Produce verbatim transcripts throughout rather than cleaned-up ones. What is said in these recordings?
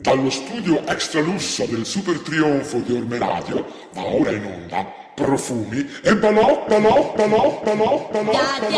Dallo studio extra lusso del super trionfo di Orme Radio, va ora in onda Profumi e balò, balò, balò, balò, balò,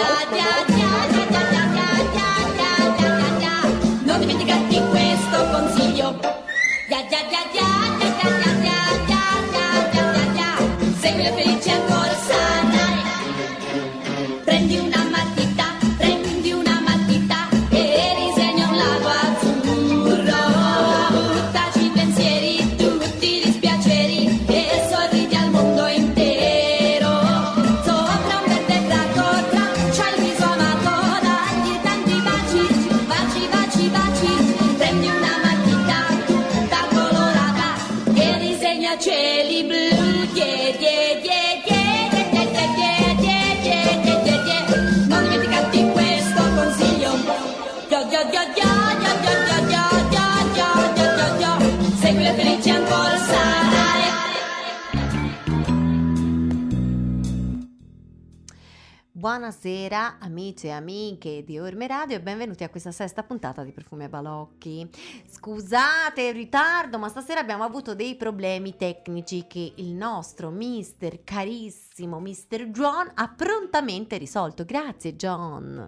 non dimenticarti questo consiglio. Ya, ya, ya, ya, ya, ya, ya, ya, ya, ya, ya, ya. Segui le felici ancora sanare. Prendi una matita, prendi una matita e disegna un lago azzurro. Buttaci i pensieri, tutti i dispiaceri e sorridi al mondo intero. Sopra un verde prato, traccia il viso amato, dagli tanti baci, baci, baci, baci. Prendi una matita tutta colorata che disegna cieli blu. Yeah, yeah, yeah, yeah, yeah, yeah, yeah, yeah, yeah, yeah, yeah, yeah. Non dimenticarti questo consiglio. Yo, yo, yo, yo, yo, yo, yo, yo, yo, yo, yo, yo. Segui le felici ancora sanare. Buonasera amici e amiche di Orme Radio e benvenuti a questa sesta puntata di Profumi e Balocchi. Scusate il ritardo, ma stasera abbiamo avuto dei problemi tecnici che il nostro mister carissimo mister John ha prontamente risolto. Grazie John.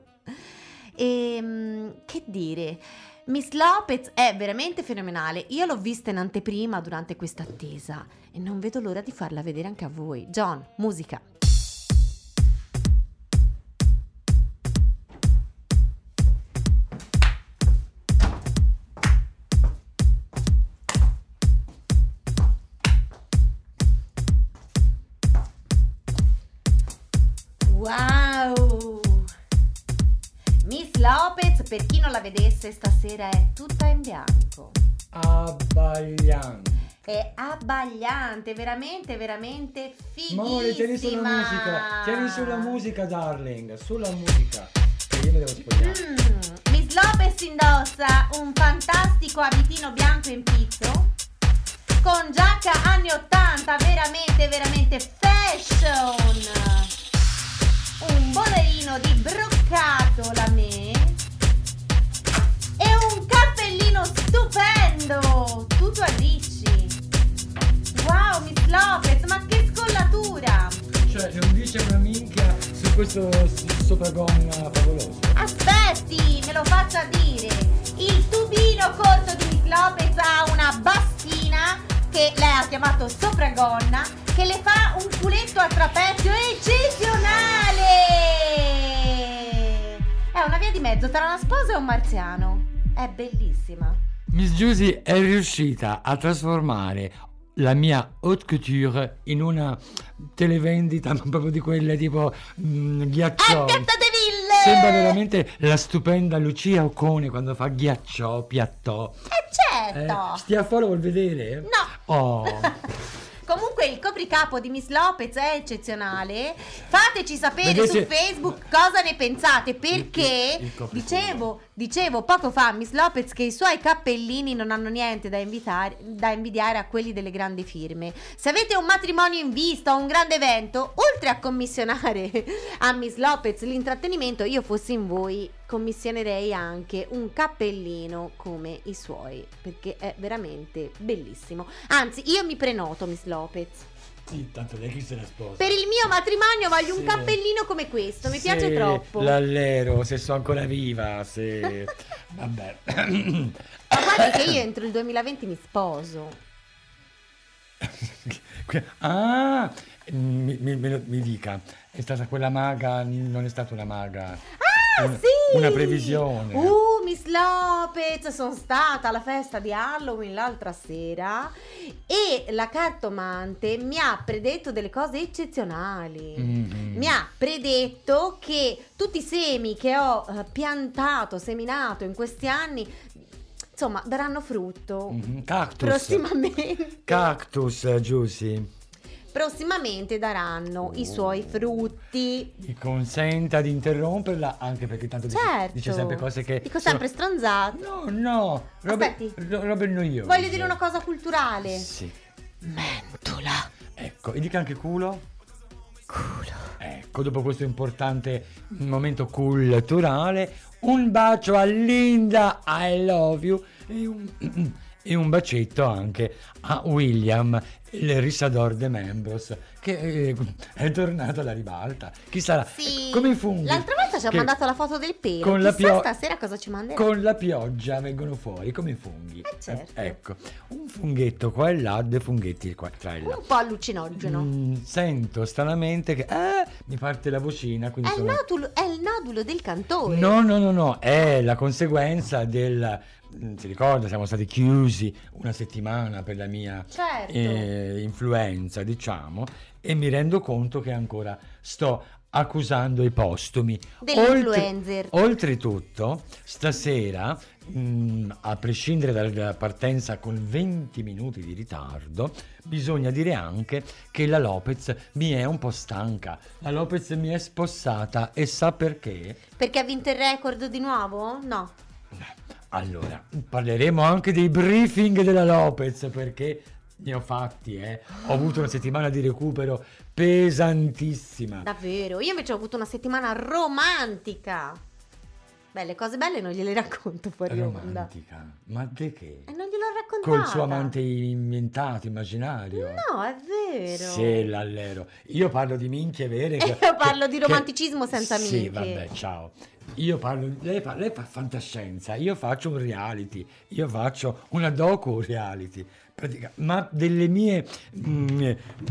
E che dire, Miss Lopez è veramente fenomenale. Io l'ho vista in anteprima durante questa attesa e non vedo l'ora di farla vedere anche a voi. John, musica. Wow! Miss Lopez, per chi non la vedesse, stasera è tutta in bianco. Abbagliante. È abbagliante, veramente, veramente fighissima. Amore, tieni sulla musica, tieni sulla musica, darling, sulla musica. Che io mi devo spogliare. Mm, Miss Lopez indossa un fantastico abitino bianco in pizzo con giacca anni ottanta, veramente, veramente fashion. Un bolerino di broccato lamé e un cappellino stupendo, tutto a ricci. Wow, Miss Lopez, ma che scollatura! Cioè, non dice una minchia su questo s- sopragonna favoloso. Aspetti, me lo faccia dire. Il tubino corto di Miss Lopez ha una bastina che lei ha chiamato sopragonna, che le fa un culetto a trapezio eccezionale. È una via di mezzo tra una sposa e un marziano. È bellissima. Miss Giusy è riuscita a trasformare la mia haute couture in una televendita proprio di quelle tipo mm, ghiacciò. È Piazza de Ville! Sembra veramente la stupenda Lucia Occone quando fa ghiacciò, piattò. Eh certo! Eh, stia fuori, vuol vedere? No! Oh! Comunque il copricapo di Miss Lopez è eccezionale. Fateci sapere Vedete, su Facebook cosa ne pensate, perché il, il, il dicevo, dicevo poco fa a Miss Lopez che i suoi cappellini non hanno niente da, invitare, da invidiare a quelli delle grandi firme. Se avete un matrimonio in vista o un grande evento, oltre a commissionare a Miss Lopez l'intrattenimento, io fossi in voi commissionerei anche un cappellino come i suoi, perché è veramente bellissimo. Anzi, io mi prenoto Miss Lopez. Sì, tanto lei chi se la sposa. Per il mio matrimonio voglio sì. un cappellino come questo, mi sì, piace troppo. L'allero, se sono ancora viva, se... Vabbè. Ma guardi che io entro il duemilaventi mi sposo. Ah, mi, mi, mi dica, è stata quella maga, non è stata una maga. Ah, una, sì! Una previsione. Uh, Miss Lopez, sono stata alla festa di Halloween l'altra sera e la cartomante mi ha predetto delle cose eccezionali. Mm-hmm. Mi ha predetto che tutti i semi che ho uh, piantato, seminato in questi anni, insomma, daranno frutto. Mm-hmm. Cactus. Prossimamente. Cactus, Giusy. Prossimamente daranno oh. i suoi frutti. Mi consenta di interromperla, anche perché tanto certo. dice, dice sempre cose che dico sempre sono... stronzate. No, no, robe, aspetti, robe noiose. voglio dire una cosa culturale. Sì. Mentola. Ecco, e dica anche culo. Culo. Ecco, dopo questo importante momento culturale, un bacio a Linda, I love you, e un, e un bacetto anche a William, il Risador de Membros, che eh, è tornato alla ribalta. Chi sarà? Sì, Come i funghi. l'altra volta ci ha che mandato la foto del pelo. con la Chissà pio- stasera cosa ci manderà. Con la pioggia vengono fuori come i funghi. Eh, certo. Eh, ecco, un funghetto qua e là, due funghetti qua tra e là. Un po' allucinogeno. Mm, sento stranamente che eh, mi parte la vocina, quindi È il, sono... nodulo, è il nodulo del cantore. No, no, no, no, è la conseguenza del... Si ricorda, siamo stati chiusi una settimana per la mia Certo. eh, influenza, diciamo, e mi rendo conto che ancora sto accusando i postumi. Dell'influencer. Oltre- oltretutto, stasera, mh, a prescindere dalla partenza con venti minuti di ritardo, bisogna dire anche che la Lopez mi è un po' stanca. La Lopez mi è spossata e sa perché? Perché ha vinto il record di nuovo? No. Allora, parleremo anche dei briefing della Lopez, perché ne ho fatti, eh. Ho avuto una settimana di recupero pesantissima. Davvero? Io invece ho avuto una settimana romantica. Beh, le cose belle non gliele racconto fuori onda. Romantica? Ma di che? E non gliel'ho raccontata. Col suo amante inventato, immaginario? No, è vero. Sì, l'allero. Io parlo di minchie vere. E che- io parlo che- di che- romanticismo senza Sì, minchie. vabbè, ciao. Io parlo, lei fa, lei fa fantascienza, io faccio un reality, io faccio una docu reality, pratica- ma delle mie mm,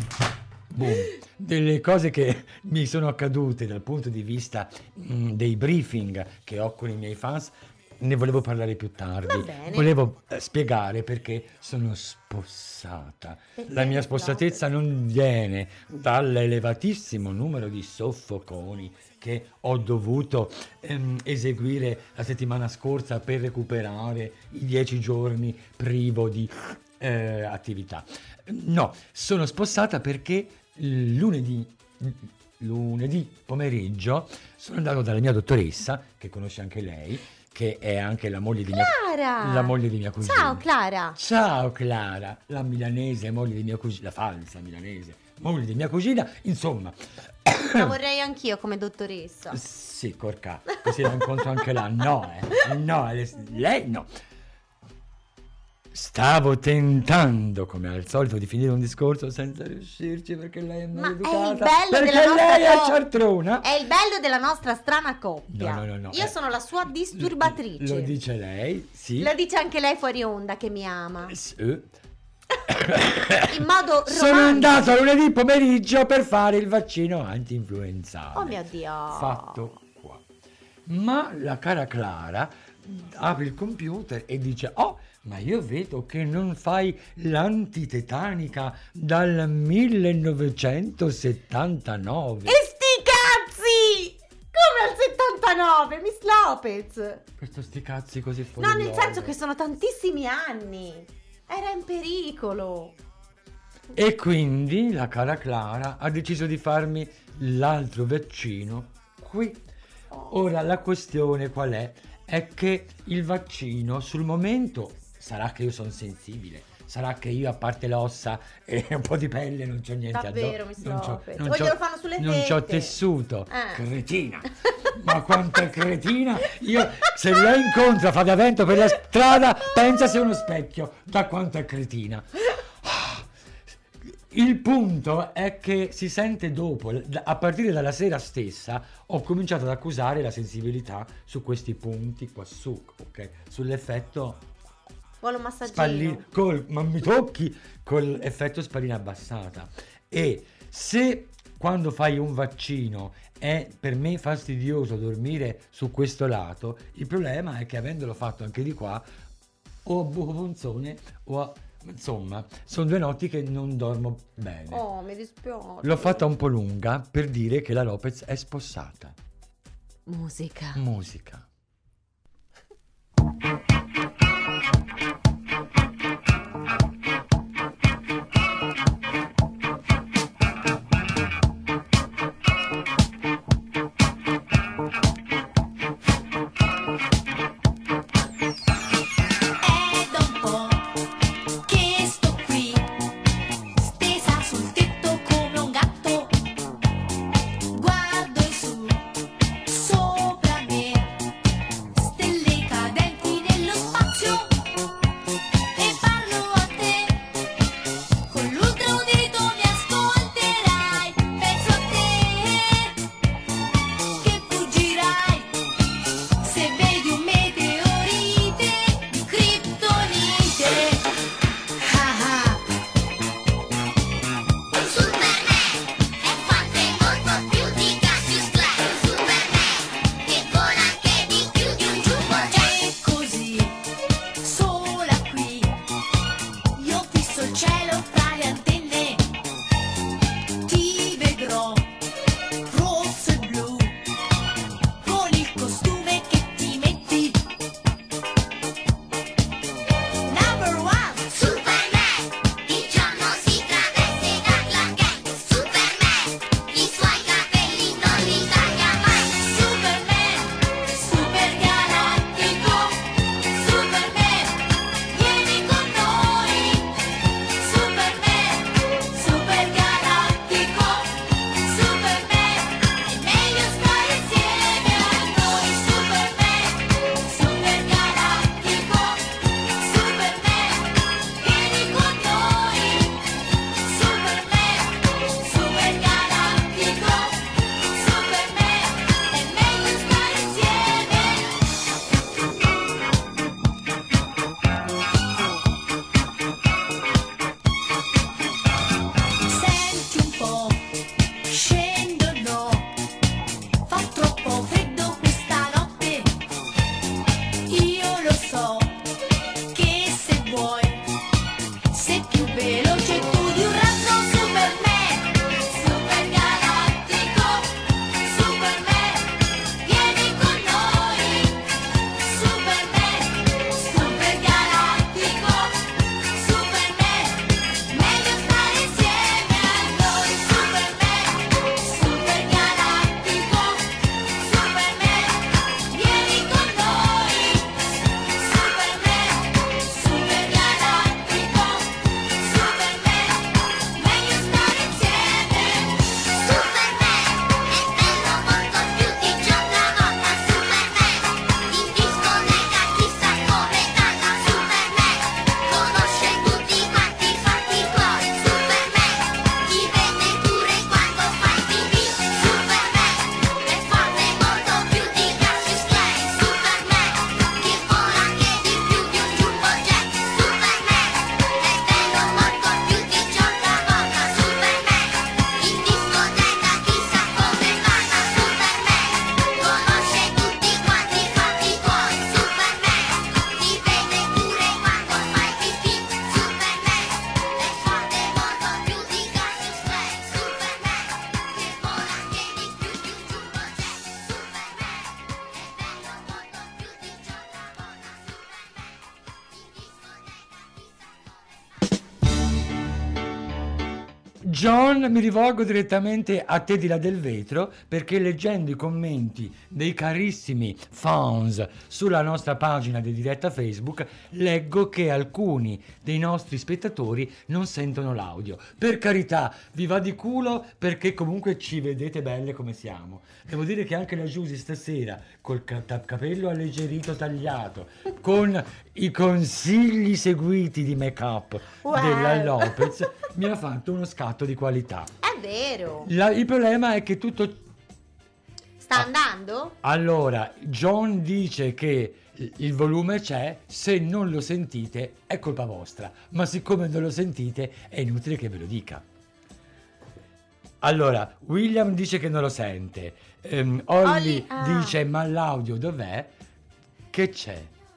boom, delle cose che mi sono accadute dal punto di vista mm, dei briefing che ho con i miei fans, ne volevo parlare più tardi. Va bene. Volevo eh, spiegare perché sono spossata. Perché La mia le spossatezza non viene dall'elevatissimo numero di soffoconi che ho dovuto ehm, eseguire la settimana scorsa per recuperare i dieci giorni privo di eh, attività. No, sono spossata perché lunedì, lunedì pomeriggio sono andato dalla mia dottoressa, che conosce anche lei, che è anche la moglie di mia, Clara! la moglie di mia cugina. Ciao Clara! Ciao Clara, la milanese, moglie di mia cugina, la falsa milanese, moglie di mia cugina, insomma. La vorrei anch'io come dottoressa. Sì, corca, così la incontro anche là. No, eh. No, eh, lei no. Stavo tentando, come al solito, di finire un discorso senza riuscirci perché lei è Ma è il maleducata. bello Perché della nostra lei è co- ciartrona. È il bello della nostra strana coppia. No, no, no, no, Io eh, sono la sua disturbatrice. Lo dice lei, sì. Lo dice anche lei fuori onda che mi ama. Sì. In modo Sono romantico. andato lunedì pomeriggio per fare il vaccino anti-influenzale. Oh mio Dio. Fatto qua. Ma la cara Clara apre il computer e dice: oh, ma io vedo che non fai l'antitetanica dal millenovecentosettantanove. E sti cazzi! Come al settantanove, Miss Lopez? Questo sti cazzi così fuori No, nel luogo. senso che sono tantissimi anni. Era in pericolo. E quindi la cara Clara ha deciso di farmi l'altro vaccino qui. Ora la questione qual è? È che il vaccino sul momento sarà che io sono sensibile, sarà che io a parte l'ossa e un po' di pelle non c'ho niente Davvero, addosso. Miss Non c'ho, Lopez? non O c'ho- glielo fanno sulle non c'ho tette? tessuto. Eh. Cretina. Ma quanta cretina! Io se lei incontra Fabio Vento per la strada pensa sia uno specchio da quanto è cretina. Il punto è che si sente dopo, a partire dalla sera stessa ho cominciato ad accusare la sensibilità su questi punti qua su, ok? Sull'effetto Vuole un massaggino. spallina, col, ma mi tocchi con l'effetto spallina abbassata. E se quando fai un vaccino è per me fastidioso dormire su questo lato, il problema è che avendolo fatto anche di qua o a buco punzone o a... insomma, sono due notti che non dormo bene. Oh, mi dispiace. L'ho fatta un po' lunga per dire che la Lopez è spossata. Musica. Musica. È da un po' che sto qui, stesa sul tetto come un gatto. Guardo in su, sopra me, John, mi rivolgo direttamente a te di là del vetro, perché leggendo i commenti dei carissimi fans sulla nostra pagina di diretta Facebook leggo che alcuni dei nostri spettatori non sentono l'audio. Per carità, vi va di culo, perché comunque ci vedete belle come siamo. Devo dire che anche la Giusy stasera col ca- capello alleggerito tagliato, con i consigli seguiti di make up Wow. della Lopez, mi ha fatto uno scatto di qualità. È vero. La- il problema è che tutto... Sta andando? Allora, John dice che il volume c'è, se non lo sentite è colpa vostra, ma siccome non lo sentite è inutile che ve lo dica. Allora, William dice che non lo sente, um, Olly Olly, ah. dice ma l'audio dov'è? Che c'è?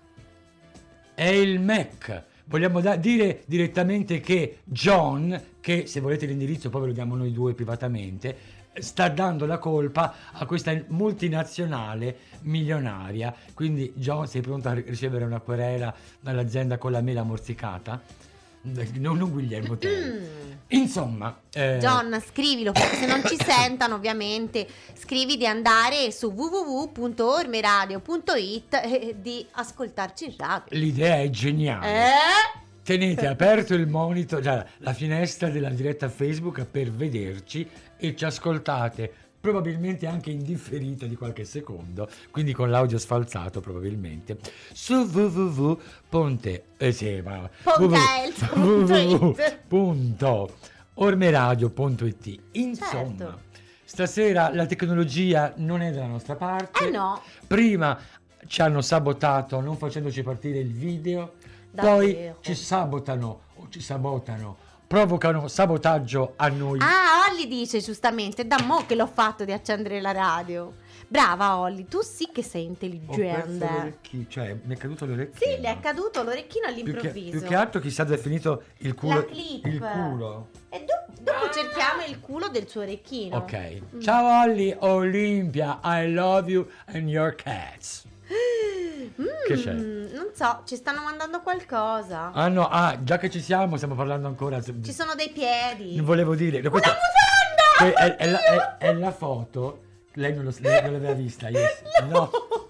È il Mac. Vogliamo da- dire direttamente che John, che se volete l'indirizzo poi ve lo diamo noi due privatamente, sta dando la colpa a questa multinazionale milionaria. Quindi John, sei pronto a ricevere una querela dall'azienda con la mela morsicata? Non, non Guglielmo Tell. Insomma, eh, John, scrivilo, perché se non ci sentano ovviamente scrivi di andare su w w w punto ormeradio punto it e di ascoltarci in radio. l'idea è geniale. Eh? Tenete aperto il monitor, cioè la finestra della diretta Facebook per vederci e ci ascoltate probabilmente anche in differita di qualche secondo, quindi con l'audio sfalsato probabilmente, su www. Eh sì, ma Pontelzo punto it. www. ormeradio punto it. Insomma, Certo. stasera la tecnologia non è dalla nostra parte. Eh no. Prima ci hanno sabotato non facendoci partire il video, poi Davvero. ci sabotano o ci sabotano, provocano sabotaggio a noi. Ah, Olly dice giustamente, da mo' che l'ho fatto di accendere la radio. Brava Olly, tu sì che sei Ho perso intelligente. l'orecchio, cioè mi è caduto l'orecchio. Sì, le è caduto l'orecchino più che, all'improvviso. più che altro chissà dove è finito il culo. La clip. Il culo. E do- dopo cerchiamo il culo del suo orecchino. Ok. Ciao Olly, Olimpia, I love you and your cats. Che c'è? Mm, non so, ci stanno mandando qualcosa. Ah no, ah, già che ci siamo, stiamo parlando ancora. Ci sono dei piedi. Non volevo dire. Una questa- mutanda! que- è, è la, è- è la foto. Lei non, lo, lei non l'aveva vista, yes. No.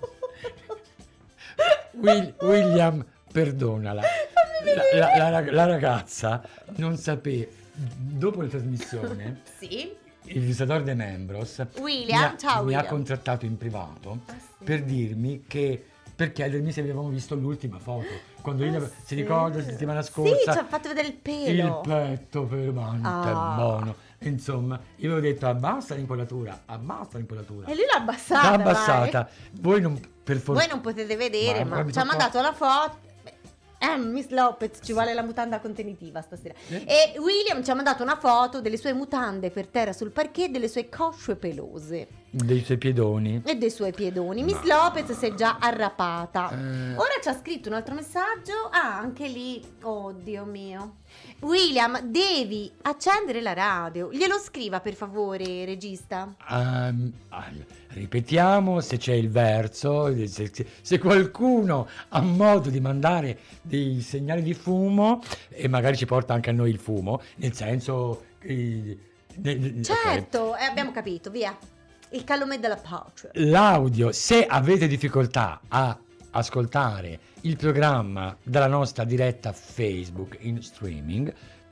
Will- William, perdonala. La, la- la rag- la ragazza non sapeva. Dopo la trasmissione, Sì. il visitatore de Membros William, mi ha, ciao mi ha William. contattato in privato Ah, sì. per dirmi che per chiedermi se avevamo visto l'ultima foto quando io Ah, si sì. ricorda la settimana Sì, scorsa ci ha fatto vedere il il pelo. petto per quanto Ah. è buono, insomma io avevo detto abbassa l'inquadratura, abbassa l'inquadratura, E lui l'ha abbassata. l'ha abbassata, voi non per Vai. fortuna Voi non potete vedere, Ma- ma, mi ci ha tocca- mandato la foto. Eh, Miss Lopez, ci vuole la mutanda contenitiva stasera. Eh? E William ci ha mandato una foto delle sue mutande per terra sul parquet, delle sue cosce pelose dei suoi piedoni. e dei suoi piedoni. Miss Lopez si è già arrapata. Eh. Ora ci ha scritto un altro messaggio. Ah, anche lì. Oh, Dio mio. William, devi accendere la radio. Glielo scriva per favore, regista. Ehm, ah, ripetiamo se c'è il verso, se, se- se qualcuno ha modo di mandare dei segnali di fumo e magari ci porta anche a noi il fumo, nel senso... eh, ne- ne- ok. Certo, eh, abbiamo capito, via. Il calumet della pace. L'audio, se avete difficoltà a ascoltare il programma dalla nostra diretta Facebook in streaming,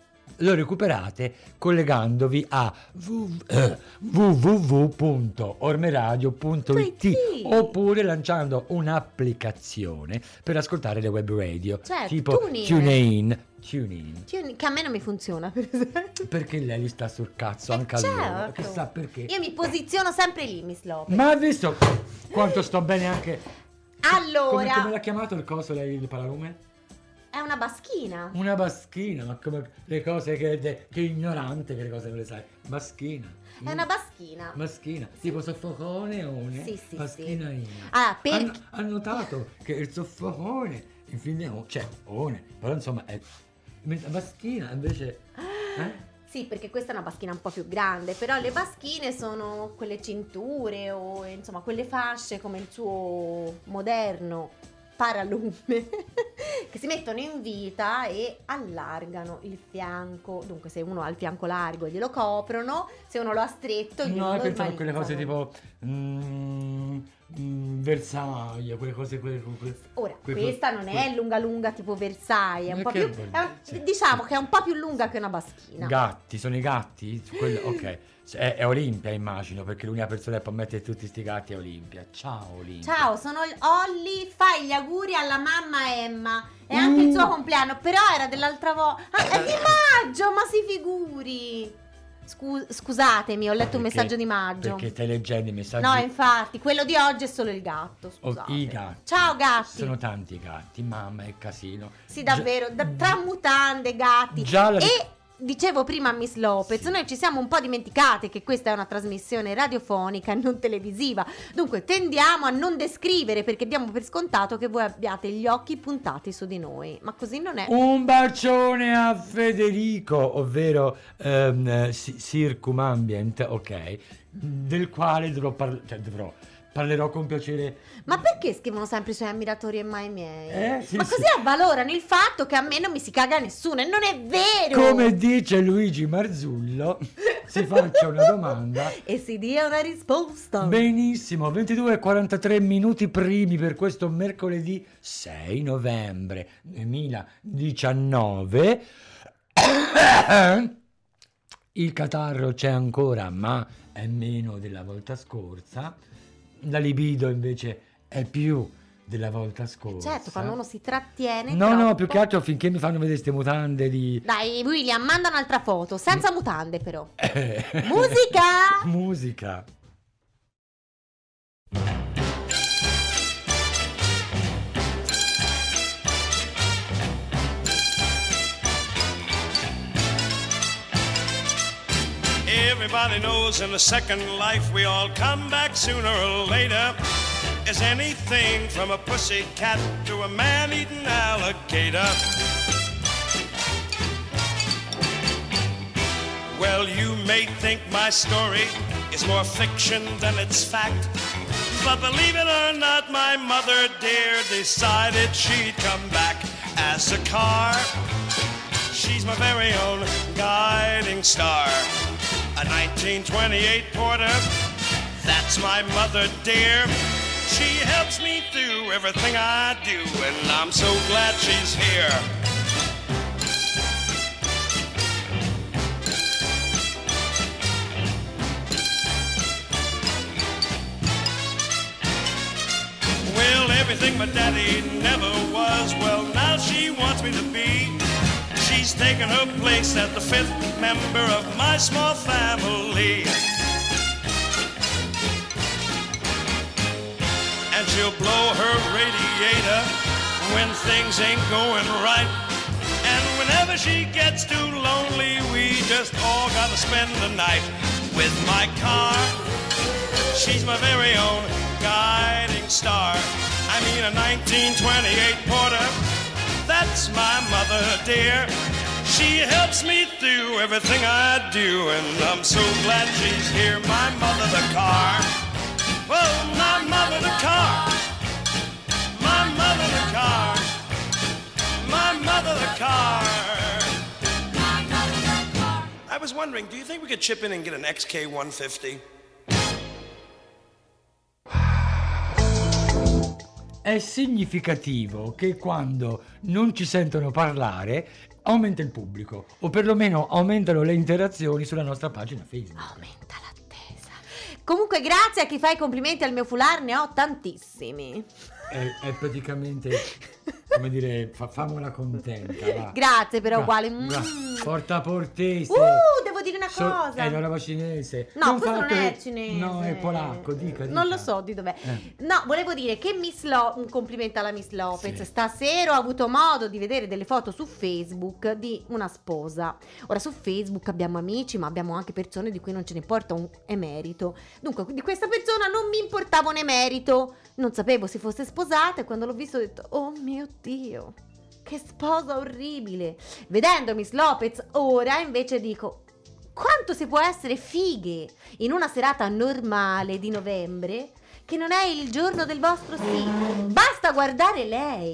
lo recuperate collegandovi a w- eh, w w w punto ormeradio punto it oppure lanciando un'applicazione per ascoltare le web radio, Certo, tipo TuneIn. TuneIn, TuneIn. Che che a me non mi funziona, per esempio. Perché lei gli sta sul cazzo anche a certo. loro, chissà perché. Io mi posiziono sempre lì, Miss Lopez. Ma ha visto quanto sto bene anche... Come, Allora, come l'ha chiamato il coso lei, il paralume? è una baschina. Una baschina, ma come le cose che, che, che ignorante che le cose non le sai. Baschina. È una baschina. Baschina, tipo soffocone one, Sì, sì, baschina sì. ina. Ah, per- Hanno, hanno notato che il soffocone, in fin de o- cioè one, però insomma è... mentre la baschina invece... Eh? Sì, perché questa è una baschina un po' più grande, però le baschine sono quelle cinture o insomma quelle fasce come il suo moderno paralume che si mettono in vita e allargano il fianco. Dunque se uno ha il fianco largo glielo coprono, se uno lo ha stretto glielo No, pensavo a quelle cose normalizzano. tipo mm, mm, Versailles, quelle cose quelle, quelle, Ora, quelle- questa non quelle- è lunga lunga tipo Versailles, è un Ma po' che più, vuol è un- dire? Sì. diciamo che è un po' più lunga che una baschina. Gatti, sono i gatti? Su quello- ok. È, è Olimpia, immagino, perché l'unica persona che può mettere tutti sti gatti è Olimpia. Ciao Olimpia. Ciao, sono Olli, fai gli auguri alla mamma Emma. È anche il suo compleanno, però era dell'altra volta. Ah, è di maggio, ma si figuri. Scu- scusatemi, ho letto un Perché- messaggio di maggio. Perché stai leggendo i messaggi? No, infatti, quello di oggi è solo il gatto, Oh, scusate. i gatti. Ciao gatti. Sono tanti gatti, mamma, è casino. Sì, davvero, da- tra mutande, gatti. Già la- E dicevo prima a Miss Lopez, Sì. noi ci siamo un po' dimenticate che questa è una trasmissione radiofonica e non televisiva. Dunque tendiamo a non descrivere perché diamo per scontato che voi abbiate gli occhi puntati su di noi. Ma così non è. Un bacione a Federico, ovvero ehm, eh, Si- Circumambient, ok, del quale dovrò parlare, cioè dovrò, parlerò con piacere. Ma perché scrivono sempre i suoi ammiratori e mai i miei? Eh, sì, Ma sì. così avvalorano il fatto che a me non mi si caga nessuno e non è vero! Come dice Luigi Marzullo, si faccia una domanda. E si dia una risposta. Benissimo, ventidue e quarantatré minuti primi per questo mercoledì sei novembre duemiladiciannove. Il catarro c'è ancora, ma è meno della volta scorsa. La libido invece è più della volta scorsa. Certo, quando uno si trattiene No, no, troppo. più che altro finché mi fanno vedere queste mutande di... Dai, William, manda un'altra foto, senza mutande però. Musica! Musica. Everybody knows in the second life we all come back sooner or later. Is anything from a pussy cat to a man-eating alligator. Well, you may think my story is more fiction than it's fact, but believe it or not, my mother dear decided she'd come back as a car. She's my very own guiding star. A nineteen twenty-eight Porter, that's my mother dear. She helps me through everything I do, and I'm so glad she's here. Well, everything my daddy never was, well, now she wants me to be. She's taken her place as the fifth member of my small family. And she'll blow her radiator when things ain't going right. And whenever she gets too lonely, we just all gotta spend the night with my car. She's my very own guiding star. I mean a nineteen twenty-eight Porter. That's my mother dear. She helps me through everything I do, and I'm so glad she's here. My mother the car. Oh, my mother the car. My mother the car. My mother the car. I was wondering, do you think we could chip in and get an X K one fifty? È significativo che quando non ci sentono parlare aumenta il pubblico, o perlomeno aumentano le interazioni sulla nostra pagina Facebook. Aumenta l'attesa. Comunque grazie a chi fa i complimenti al mio foulard, ne ho tantissimi. È, è praticamente, come dire, fa, famola contenta. Va. Grazie però Va, uguale. va. Mm. Porta portese. Uh, devo dire una So- cosa. è una roba cinese. No, questo non fatto è che- cinese. No, è polacco, dica, Non dica. lo so di dov'è. Eh. No, volevo dire che Miss Lo- un complimento alla Miss Lopez. Sì. Stasera ho avuto modo di vedere delle foto su Facebook di una sposa. Ora su Facebook abbiamo amici, ma abbiamo anche persone di cui non ce ne importa un emerito. Dunque, di questa persona non mi importava un emerito. Non sapevo se fosse sposata e quando l'ho visto ho detto "Oh mio Dio, che sposa orribile". Vedendo Miss Lopez ora invece dico quanto si può essere fighe in una serata normale di novembre che non è il giorno del vostro sì. Basta guardare lei.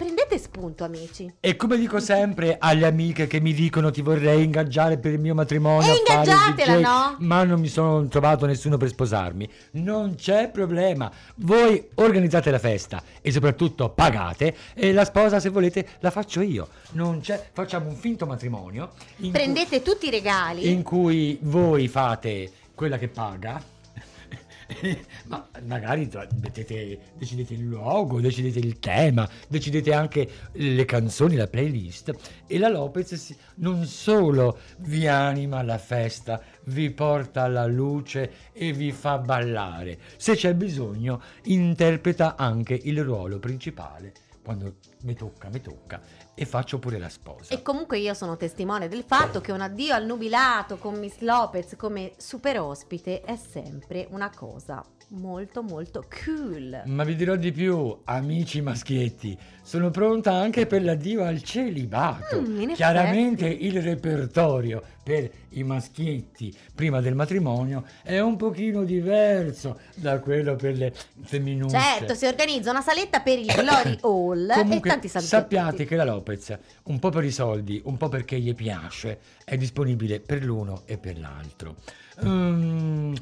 Prendete spunto, amici. E come dico sempre alle amiche che mi dicono ti vorrei ingaggiare per il mio matrimonio E a fare il ingaggiatela, D J, no? ma non mi sono trovato nessuno per sposarmi. Non c'è problema, voi organizzate la festa e soprattutto pagate, e la sposa, se volete, la faccio io. Non c'è, facciamo un finto matrimonio in Prendete tutti i regali. cui, in cui voi fate quella che paga. Ma magari tra- mettete, decidete il logo, decidete il tema, decidete anche le canzoni, la playlist, e la Lopez si- non solo vi anima la festa, vi porta alla luce e vi fa ballare. Se c'è bisogno, interpreta anche il ruolo principale. Quando mi tocca, mi tocca, e faccio pure la sposa. E comunque io sono testimone del fatto che un addio al nubilato con Miss Lopez come super ospite è sempre una cosa molto molto cool. Ma vi dirò di più, amici maschietti, sono pronta anche per l'addio al celibato. Mm, in Chiaramente effetti. il repertorio per i maschietti prima del matrimonio è un pochino diverso da quello per le femminucce. Certo, si organizza una saletta per il Glory Hall e Comunque tanti saluti. sappiate che la Lopez, un po' per i soldi, un po' perché gli piace, è disponibile per l'uno e per l'altro. Mm,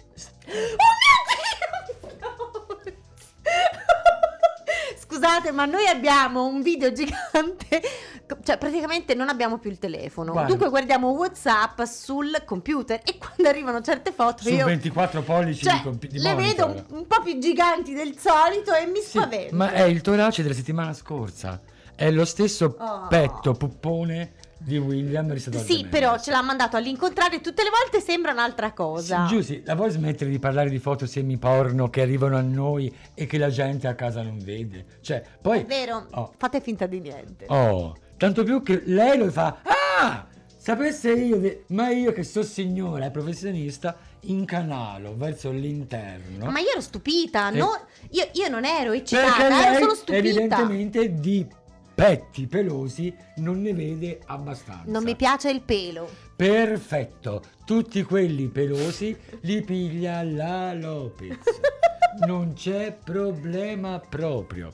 Scusate, ma noi abbiamo un video gigante, cioè praticamente non abbiamo più il telefono. Guarda. Dunque guardiamo WhatsApp sul computer e quando arrivano certe foto su io ventiquattro pollici cioè, di, compi- di le monitor. vedo un, un po' più giganti del solito e mi Sì, spavento. ma è il torace della settimana scorsa. È lo stesso Oh. petto puppone di William ristato al Sì, gemello. però ce l'ha mandato all'incontrario e tutte le volte sembra un'altra cosa. Giussi, la vuoi smettere di parlare di foto semiporno che arrivano a noi e che la gente a casa non vede? Cioè, poi... È vero, Oh. fate finta di niente. Oh, tanto più che lei lo fa. Ah! Sapesse io, de- ma io che so signora e professionista, incanalo verso l'interno. Ma io ero stupita, Eh. no? io, io non ero Perché eccitata, lei ero solo stupita. evidentemente di petti pelosi non ne vede abbastanza. Non mi piace il pelo. Perfetto, tutti quelli pelosi li piglia la Lopez. Non c'è problema proprio.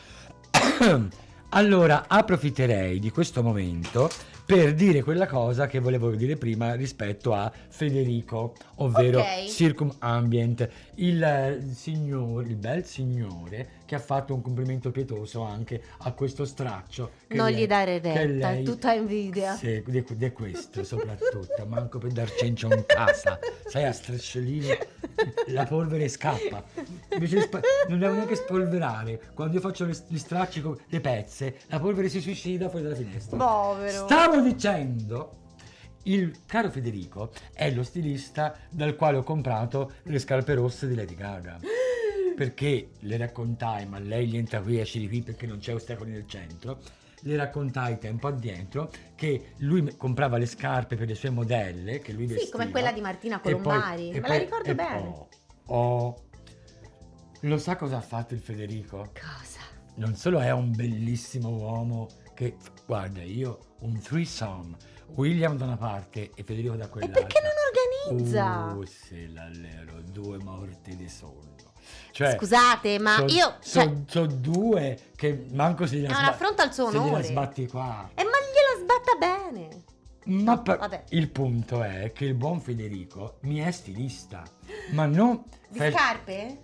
Allora, approfitterei di questo momento per dire quella cosa che volevo dire prima rispetto a Federico, ovvero Ok. Circumambient, il eh, signore, il bel signore che ha fatto un complimento pietoso anche a questo straccio. che Non lei- gli dare che retta, è lei- tutta invidia. Sì, di, di questo soprattutto, manco per dar cencio in casa, sai, a strisciolini la polvere scappa. Invece di spa- non devo neanche spolverare, quando io faccio le- gli stracci con le pezze, la polvere si suicida fuori dalla finestra. Povero. Stavo dicendo, il caro Federico è lo stilista dal quale ho comprato le scarpe rosse di Lady Gaga. Perché le raccontai, ma lei gli entra qui e esce di qui perché non c'è ostacoli nel centro. Le raccontai tempo addietro che lui me- comprava le scarpe per le sue modelle che lui Sì, vestiva. come quella di Martina E poi- Colombari, e me la poi- ricordo e- bene. Oh, oh. Lo sa cosa ha fatto il Federico? Cosa? Non solo è un bellissimo uomo che, guarda, io un threesome, William da una parte e Federico da E quell'altra. perché non organizza? Uh, se l'allero, due morti di sonno. Cioè, Scusate, ma so- io... so, Cioè, so due che manco se gliela È un sba- affronto al suo se gliela onore. sbatti qua. eh, ma gliela sbatta bene. Ma pa- vabbè. il punto è che il buon Federico mi è stilista, ma non... Di fe- scarpe?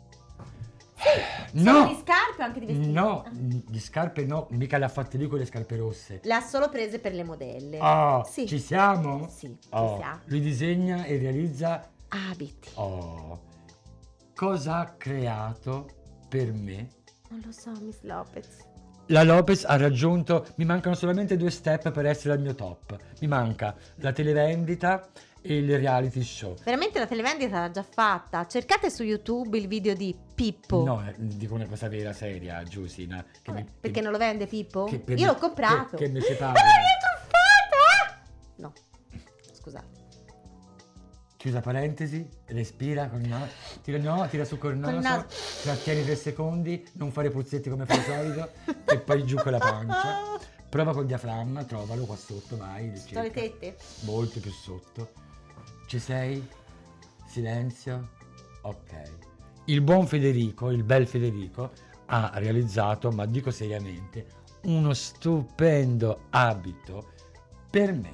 No! Solo di scarpe o anche di vestiti? No, di scarpe no, mica le ha fatte lui con le scarpe rosse. Le ha solo prese per le modelle. Oh, Sì. ci siamo? Sì, ci Oh, siamo. lui disegna e realizza. Abiti. Oh, cosa ha creato per me? Non lo so, Miss Lopez. La Lopez ha raggiunto, mi mancano solamente due step per essere al mio top. Mi manca la televendita e il reality show. Veramente la televendita l'ha già fatta. Cercate su YouTube il video di Pippo. No, eh, dico una cosa vera, seria, Giusina. Che Vabbè, mi- perché che- non lo vende Pippo? che per Io me- l'ho comprato. Che, che mi separa. Ma l'hai truffata? No, scusate. Chiusa parentesi, respira con il naso, tira, no, tira su col naso, naso. trattieni tre secondi, non fare puzzetti come fai di solito e poi giù con la pancia. Prova col diaframma, trovalo qua sotto, vai. Sto le cerca. tette. Molto più sotto. Ci sei? Silenzio? Ok. Il buon Federico, il bel Federico, ha realizzato, ma dico seriamente, uno stupendo abito per me.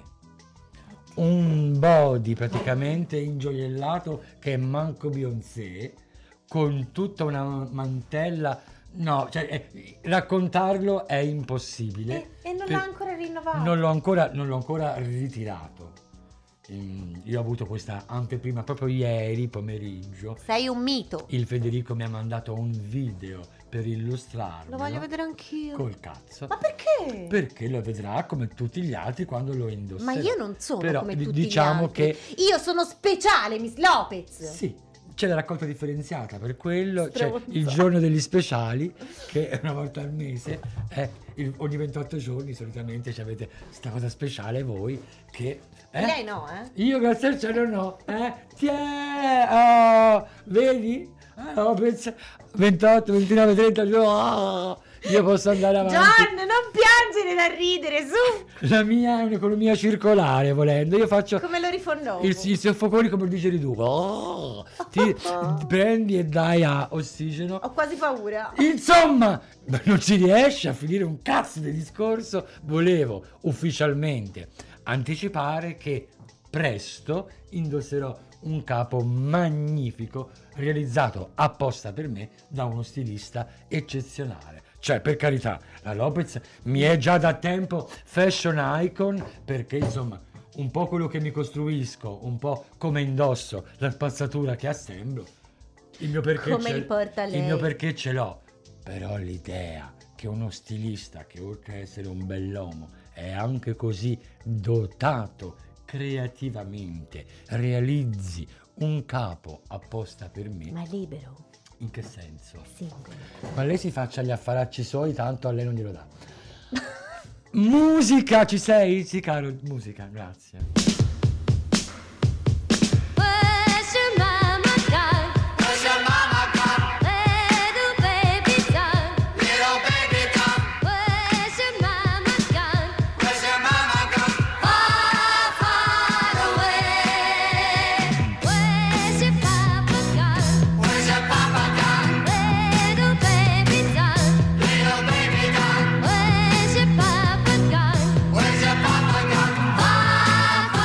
Un body praticamente ingioiellato che è manco Beyoncé, con tutta una mantella. No, cioè, eh, raccontarlo è impossibile. E, e non per- l'ha ancora rinnovato. Non l'ho ancora, non l'ho ancora ritirato. Ehm, io ho avuto questa anteprima proprio ieri pomeriggio. Sei un mito. Il Federico mi ha mandato un video per illustrarlo. Lo voglio vedere anch'io. Col cazzo. Ma perché? Perché lo vedrà come tutti gli altri quando lo indosserà. Ma io non sono Però, come di- tutti diciamo gli altri. che Io sono speciale, Miss Lopez. sì, c'è la raccolta differenziata, per quello c'è Stronzo. il giorno degli speciali, che è una volta al mese, è il- ogni ventotto giorni solitamente ci avete sta cosa speciale voi che... eh? Lei no, eh? Io grazie al cielo no, eh? Tiè, oh, vedi? Ah, ho pensato ventotto, ventinove, trenta giorni, oh, io posso andare avanti. John, non piangere da ridere, su! La mia è un'economia circolare, volendo. Io faccio Come lo rifondovo? il, i soffoconi come lo dicevi tu. Oh, ti, ti prendi e dai a ossigeno. Ho quasi paura. Insomma, non si riesce a finire un cazzo di discorso. Volevo ufficialmente anticipare che presto indosserò un capo magnifico realizzato apposta per me da uno stilista eccezionale. Cioè, per carità, la Lopez mi è già da tempo fashion icon, perché insomma un po' quello che mi costruisco, un po' come indosso, la spazzatura che assemblo, il mio perché Come ce, li porta lei. il mio perché ce l'ho. Però l'idea che uno stilista, che oltre ad essere un bell'uomo è anche così dotato creativamente, realizzi un capo apposta per me. Ma è libero. In che senso? Singolo. Ma lei si faccia gli affaracci suoi, tanto a lei non glielo dà. Musica, ci sei? Sì, caro, musica, grazie. Where's your mama gone? Where's your mama gone? Little baby gone. Little baby gone. Where's your mama gone? Where's your mama gone? Far, far away. Where's your papa gone? Where's your papa gone? Little baby gone. Little baby gone. Where's your papa gone? Where's your papa gone? Far,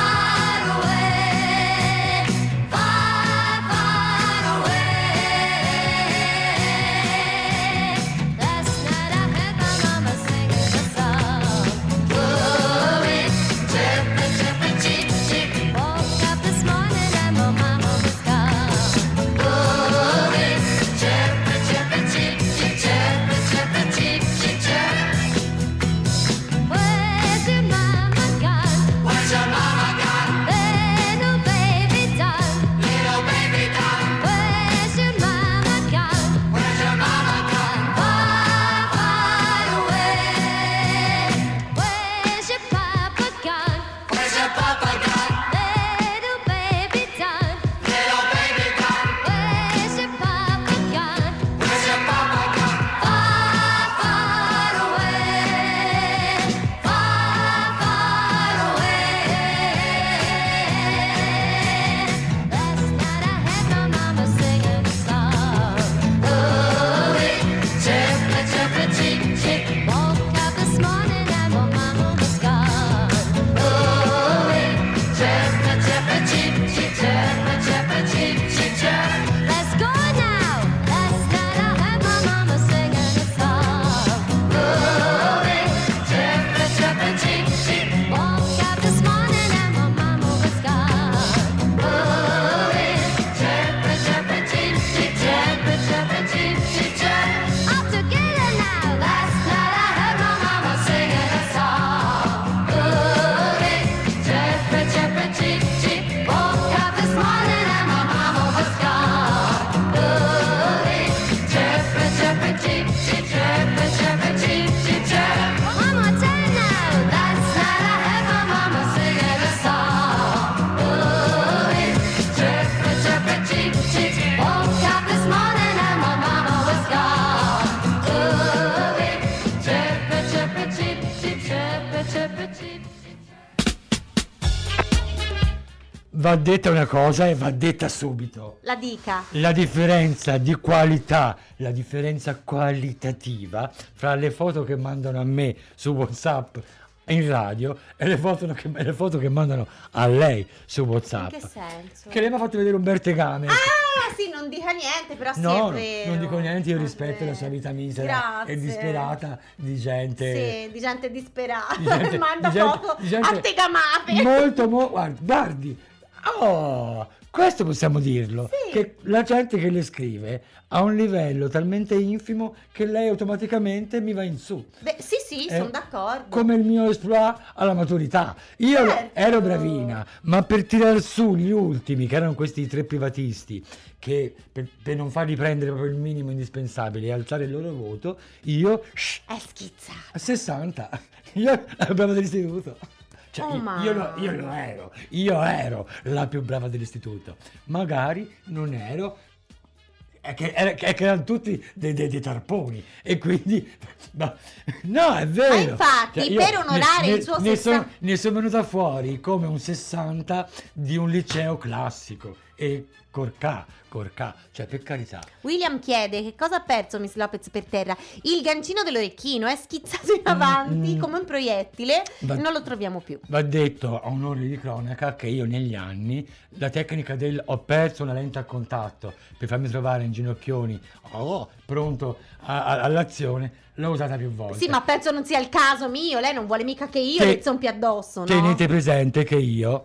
va detta una cosa e va detta subito. La dica. La differenza di qualità, la differenza qualitativa fra le foto che mandano a me su WhatsApp in radio e le foto che, le foto che mandano a lei su WhatsApp. In che senso? Che lei mi ha fatto vedere Umberto Game. Ah, sì, non dica niente, però sì, No, è vero. non dico niente, io È rispetto la vero. sua vita misera Grazie. e disperata di gente. Sì, di gente disperata. di gente- Manda di gente- foto di gente attegamate. Molto, mo- guardi, guardi. Oh, questo possiamo dirlo. Sì. Che la gente che le scrive ha un livello talmente infimo che lei automaticamente mi va in su. Beh, sì, sì, Eh, sono d'accordo. Come il mio exploit alla maturità. Io Certo. ero bravina, ma per tirar su gli ultimi, che erano questi tre privatisti, che per, per non farli prendere proprio il minimo indispensabile e alzare il loro voto, io shh, È schizzato. a sessanta, io ero brava dell'istituto. Cioè, Oh, io, ma- io lo, io lo ero, io ero la più brava dell'istituto. Magari non ero, è che, è che erano tutti dei, dei- dei tarponi e quindi ma- no, è vero. Ma infatti, Cioè, io per onorare ne, il suo ne, ne sessanta sono, ne sono venuta fuori come un sessanta di un liceo classico e corcà, corcà, cioè per carità. William chiede che cosa ha perso Miss Lopez per terra. Il gancino dell'orecchino è schizzato in avanti mm. come un proiettile Va- e non lo troviamo più. Va detto a onore di cronaca che io negli anni la tecnica del ho perso una lente a contatto per farmi trovare in ginocchioni, oh, pronto a- a- all'azione, l'ho usata più volte. Sì, ma penso non sia il caso mio. Lei non vuole mica che io Te- le zompi addosso, no? Tenete presente che io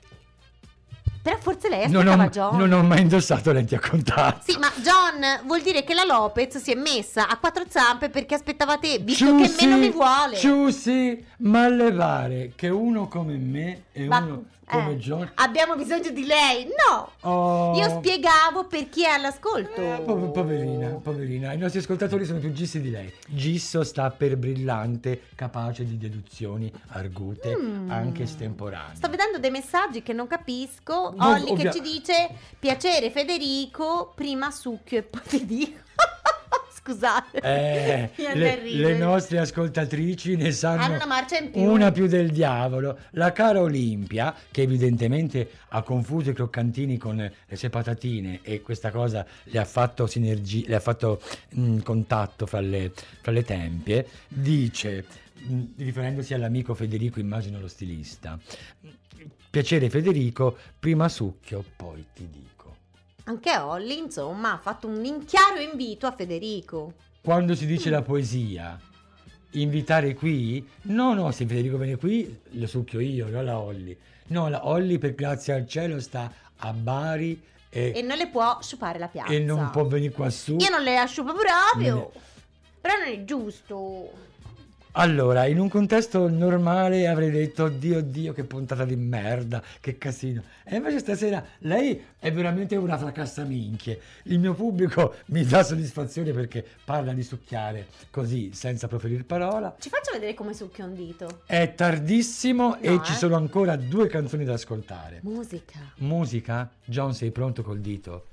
Però forse lei non aspettava ho, John. non ho mai indossato lenti a contatto. Sì, ma John vuol dire che la Lopez si è messa a quattro zampe perché aspettava te, visto Ciusi, che meno mi vuole. Ciusi, ma le pare che uno come me e Ma- uno come eh, John... abbiamo bisogno di lei? No! Oh, Io spiegavo per chi è all'ascolto. eh, po- poverina, poverina, i nostri ascoltatori sono più gissi di lei. Gisso sta per brillante, capace di deduzioni argute, Mm. anche estemporanee. Sto vedendo dei messaggi che non capisco. No, Olli ovvia- che ci dice: piacere Federico, prima succhio e poi ti dico. Scusate. Eh, Mi viene da le, ridere. le nostre ascoltatrici ne sanno Hanno una marcia in più. una più del diavolo. La cara Olimpia, che evidentemente ha confuso i croccantini con le sue patatine e questa cosa le ha fatto sinergia, le ha fatto mh, contatto fra le, fra le tempie, dice, mh, riferendosi all'amico Federico, immagino lo stilista: piacere Federico, prima succhio, poi ti dico. Anche Olli, insomma, ha fatto un in- chiaro invito a Federico. Quando si dice la poesia, invitare qui? No, no, se Federico viene qui lo succhio io, non la Olli. No, la Olli, per grazie al cielo, sta a Bari e, E non le può sciupare la piazza. e non può venire qua su. Io non le asciupo proprio. Non Però non è giusto. Allora, in un contesto normale avrei detto Dio Dio che puntata di merda, che casino. E invece stasera lei è veramente una fracassaminchie. Il mio pubblico mi dà soddisfazione perché parla di succhiare così, senza proferire parola. Ci faccio vedere come succhio un dito. È tardissimo e No, ci eh. sono ancora due canzoni da ascoltare. Musica. Musica? John, sei pronto col dito?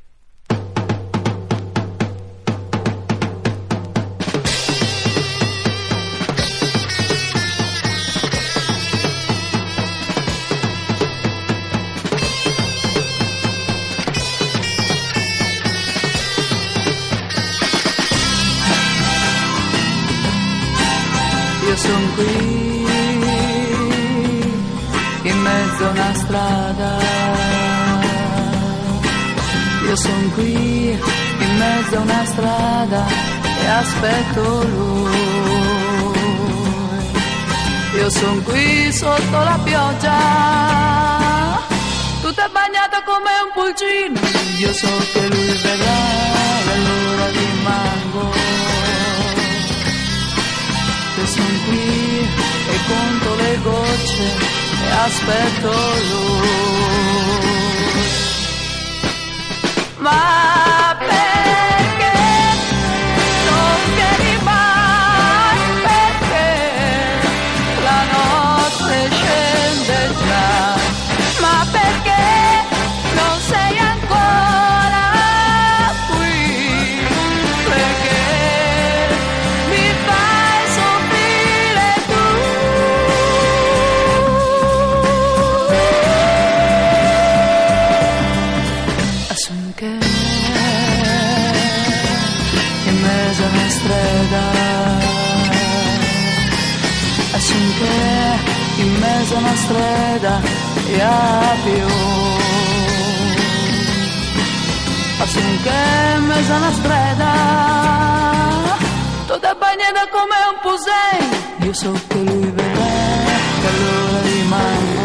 Io son qui in mezzo a una strada, io son qui in mezzo a una strada e aspetto lui. Io son qui sotto la pioggia, tutta bagnata come un pulcino. Io so che lui verrà e allora rimango. Io son qui e conto le gocce e aspetto lui. Ma perché non vieni mai? Perché la notte scende già? Ma perché non sei ancora qui? Perché mi fai soffrire tu? mesa na strada e a più. Assim che in mezzo alla strada, tutta bagnata come un pusei. Io so che lui verrà e allora rimango.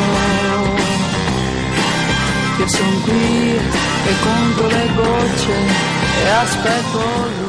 Io son qui e conto le gocce e aspetto lui.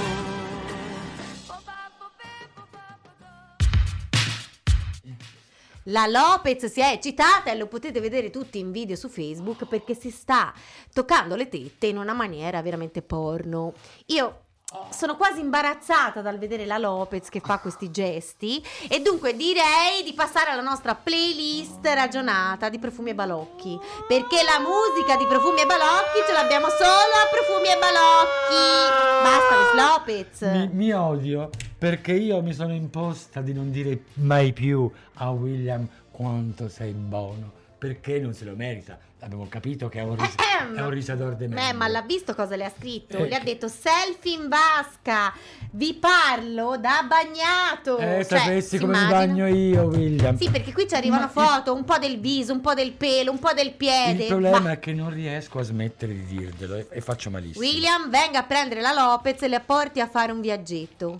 La Lopez si è eccitata e lo potete vedere tutti in video su Facebook perché si sta toccando le tette in una maniera veramente porno. Io sono quasi imbarazzata dal vedere la Lopez che fa questi gesti e dunque direi di passare alla nostra playlist ragionata di Profumi e Balocchi, perché la musica di Profumi e Balocchi ce l'abbiamo solo a Profumi e Balocchi. Basta Miss Lopez. Mi, mi odio perché io mi sono imposta di non dire mai più a William quanto sei buono, perché non se lo merita. Abbiamo capito che è un, ris- è un risador de merda. Eh, ma l'ha visto cosa le ha scritto? Eh, Le ha detto selfie in vasca, vi parlo da bagnato. Eh, Cioè, sapessi si come mi immagina? bagno io, William. Sì, perché qui ci arrivano Ma foto, un po' del viso, un po' del pelo, un po' del piede. Il problema Ma è che non riesco a smettere di dirglielo e, e faccio malissimo. William, venga a prendere la Lopez e le porti a fare un viaggetto.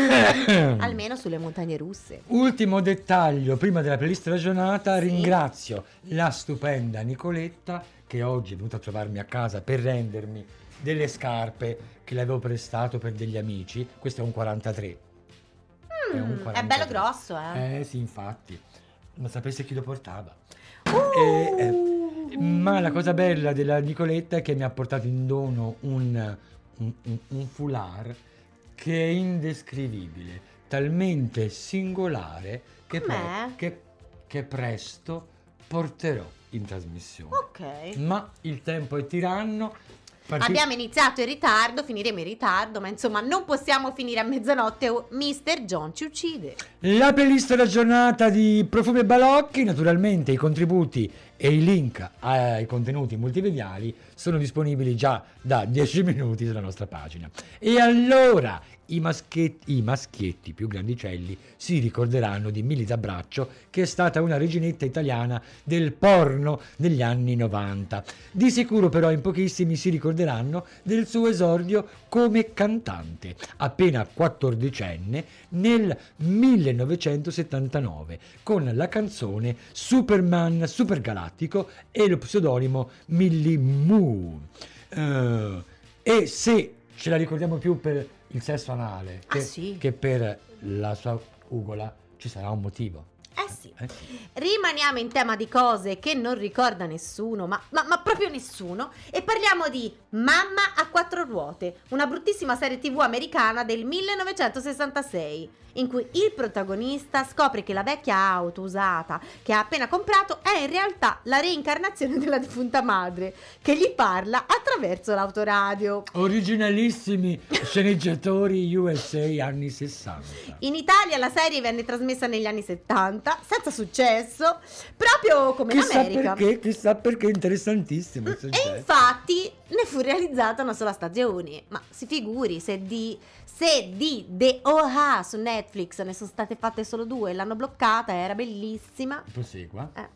Almeno sulle montagne russe. Ultimo dettaglio, prima della playlist ragionata, Sì. ringrazio la stupenda Nicoletta che oggi è venuta a trovarmi a casa per rendermi delle scarpe che le avevo prestato per degli amici. Questo è un quarantatré. Mm, un è quarantatré. bello grosso, eh. Eh sì, infatti. Non sapesse chi lo portava. Uh! E, eh, ma la cosa bella della Nicoletta è che mi ha portato in dono un, un, un, un foulard che è indescrivibile, talmente singolare che, pre- Com'è? che, che presto porterò in trasmissione. Ok. Ma il tempo è tiranno. Parti- Abbiamo iniziato in ritardo, finiremo in ritardo, ma insomma non possiamo finire a mezzanotte o mister John ci uccide. La playlist ragionata di Profumi e Balocchi, naturalmente i contributi e i link ai contenuti multimediali sono disponibili già da dieci minuti sulla nostra pagina. E allora i maschietti, i maschietti più grandicelli si ricorderanno di Milita Braccio, che è stata una reginetta italiana del porno degli anni novanta. Di sicuro però in pochissimi si ricorderanno del suo esordio come cantante, appena quattordicenne nel millenovecentosettantanove, con la canzone Superman Supergalattico e lo pseudonimo Millie Moo. Uh, e se ce la ricordiamo più per il sesso anale Ah, che, sì? che per la sua ugola, ci sarà un motivo. Eh sì. Eh sì. Rimaniamo in tema di cose che non ricorda nessuno, ma, ma, ma proprio nessuno, e parliamo di Mamma a quattro ruote, una bruttissima serie tv americana del millenovecentosessantasei, in cui il protagonista scopre che la vecchia auto usata che ha appena comprato è in realtà la reincarnazione della defunta madre, che gli parla attraverso l'autoradio. Originalissimi sceneggiatori U S A anni sessanta. In Italia la serie venne trasmessa negli anni settanta, senza successo, proprio come Chissà in America. perché, chissà perché, interessantissimo il E soggetto. infatti ne fu realizzata una sola stagione. Ma si figuri se di, se di The O A su Netflix ne sono state fatte solo due e l'hanno bloccata, era bellissima. Prosegua. Eh.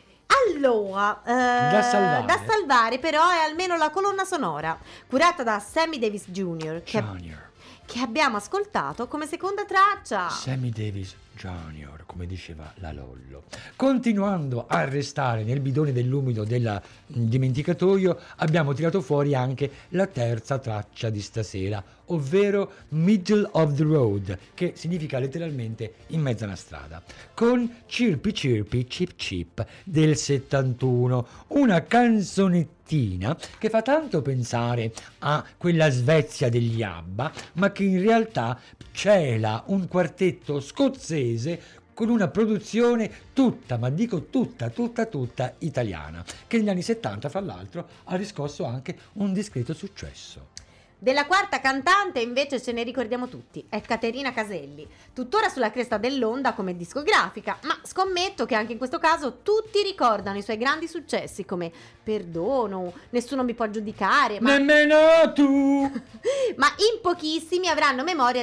Allora, eh, Da salvare. da salvare però è almeno la colonna sonora, curata da Sammy Davis Junior, che, Junior. che abbiamo ascoltato come seconda traccia. Sammy Davis Junior, come diceva la Lollo. Continuando a restare nel bidone dell'umido del dimenticatoio, abbiamo tirato fuori anche la terza traccia di stasera, ovvero Middle of the Road, che significa letteralmente in mezzo alla strada, con Chirpy Chirpy Chip Chip del settantuno, una canzonettina che fa tanto pensare a quella Svezia degli ABBA, ma che in realtà cela un quartetto scozzese con una produzione tutta, ma dico tutta, tutta, tutta italiana, che negli anni settanta, fra l'altro, ha riscosso anche un discreto successo. Della quarta cantante invece ce ne ricordiamo tutti, è Caterina Caselli, tuttora sulla cresta dell'onda come discografica, ma scommetto che anche in questo caso tutti ricordano i suoi grandi successi come Perdono, Nessuno mi può giudicare, ma, Nemmeno tu! ma in pochissimi avranno memoria di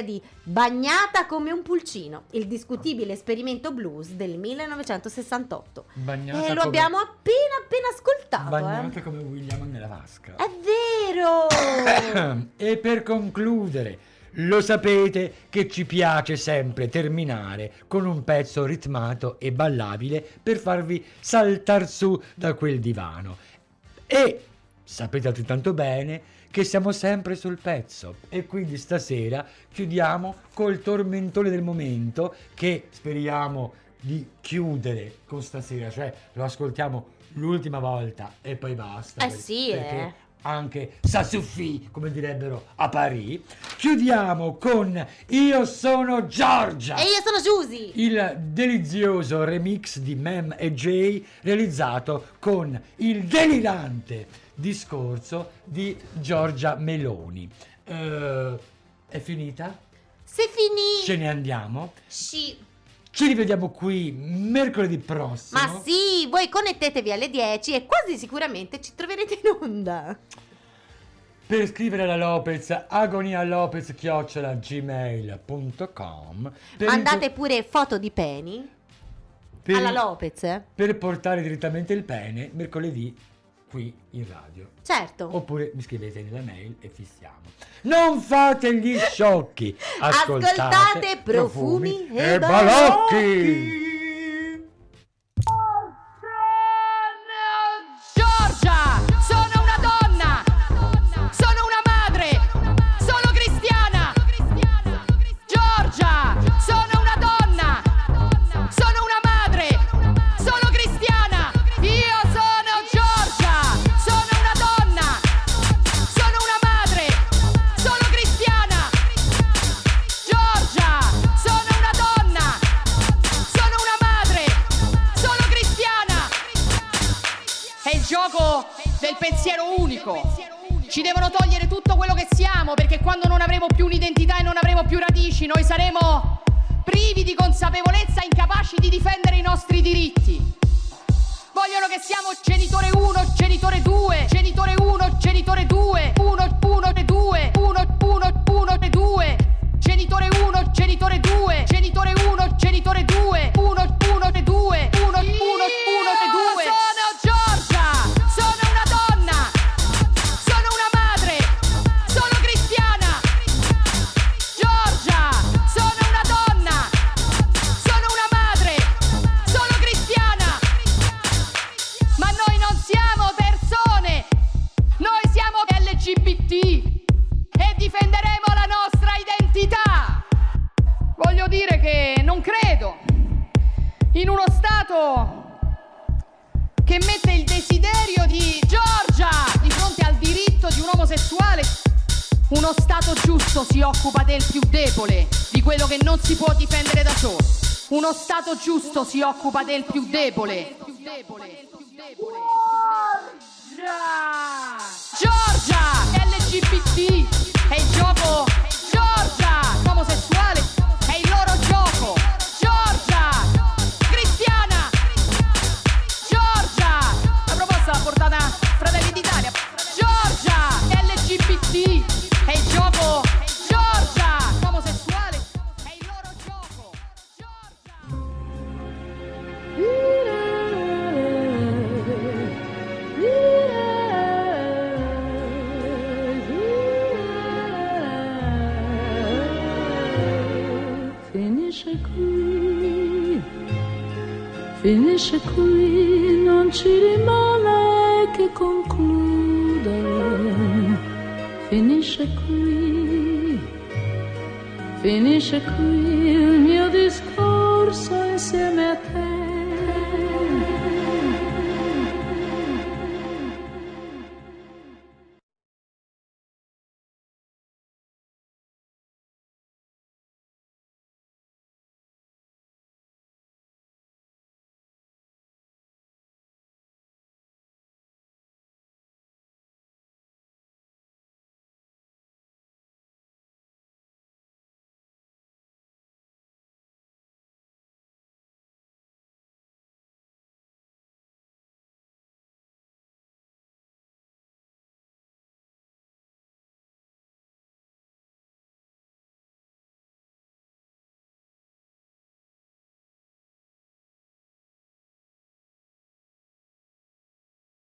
Bagnata come un pulcino, il discutibile esperimento blues del millenovecentosessantotto. Bagnata E lo come- abbiamo appena appena ascoltato. Bagnata eh. come William nella vasca. È vero! E per concludere, lo sapete che ci piace sempre terminare con un pezzo ritmato e ballabile per farvi saltar su da quel divano. E sapete altrettanto bene che siamo sempre sul pezzo, e quindi stasera chiudiamo col tormentone del momento, che speriamo di chiudere con stasera, cioè lo ascoltiamo l'ultima volta e poi basta. Eh per- sì, perché eh. anche ça suffit, come direbbero a Parigi. Chiudiamo con Io sono Giorgia, E io sono Giusy! il delizioso remix di Mem e Jay realizzato con il delirante discorso di Giorgia Meloni. Eh, è finita? Se finì! Ce ne andiamo. Sì. Ci rivediamo qui mercoledì prossimo. Ma sì, voi connettetevi alle dieci e quasi sicuramente ci troverete in onda. Per scrivere alla Lopez, agonialopez chiocciola gmail punto com. Per Mandate inco- pure foto di peni per- alla Lopez. eh? per portare direttamente il pene mercoledì qui in radio. Certo. Oppure mi scrivete nella mail e fissiamo. Non fate gli sciocchi. Ascoltate, Ascoltate Profumi e e Balocchi. balocchi. Giorgia, sono una donna, sono una madre, sono cristiana. Giorgia, sono una donna, sono una madre, sono cristiana. Io sono Giorgia, sono una donna, sono una madre, sono cristiana. Giorgia, sono una donna, sono una madre, sono cristiana. È il gioco del pensiero unico. Ci devono togliere tutto quello che siamo, perché quando non avremo più un'identità e non avremo più radici, noi saremo privi di consapevolezza, incapaci di difendere i nostri diritti. Vogliono che siamo genitore uno, genitore due, genitore uno, genitore due, uno, uno e due, uno, uno, uno e due, genitore uno, genitore due, genitore uno, genitore due, uno, uno e due, uno, uno, uno e due. Sono Giorgia, sono una donna, sono una madre, sono cristiana. Giorgia, sono una donna, sono una madre, sono cristiana. Ma noi non siamo persone, noi siamo L G B T e difenderemo la nostra identità. Voglio dire che non credo in uno Stato che mette il desiderio di Giorgia di fronte al diritto di un omosessuale. Uno Stato giusto si occupa del più debole, di quello che non si può difendere da solo. Uno Stato giusto si occupa del più debole. Giorgia, L G B T, è il gioco. Giorgia, omosessuale, è il loro gioco. Giorgia, cristiana. Giorgia, la proposta l'ha portata Fratelli d'Italia. Giorgia, L G B T, è il gioco. Giorgia, omosessuale, è il loro gioco. Finisce qui, finisce qui, non ci rimane che concludere. Finisce qui, finisce qui il mio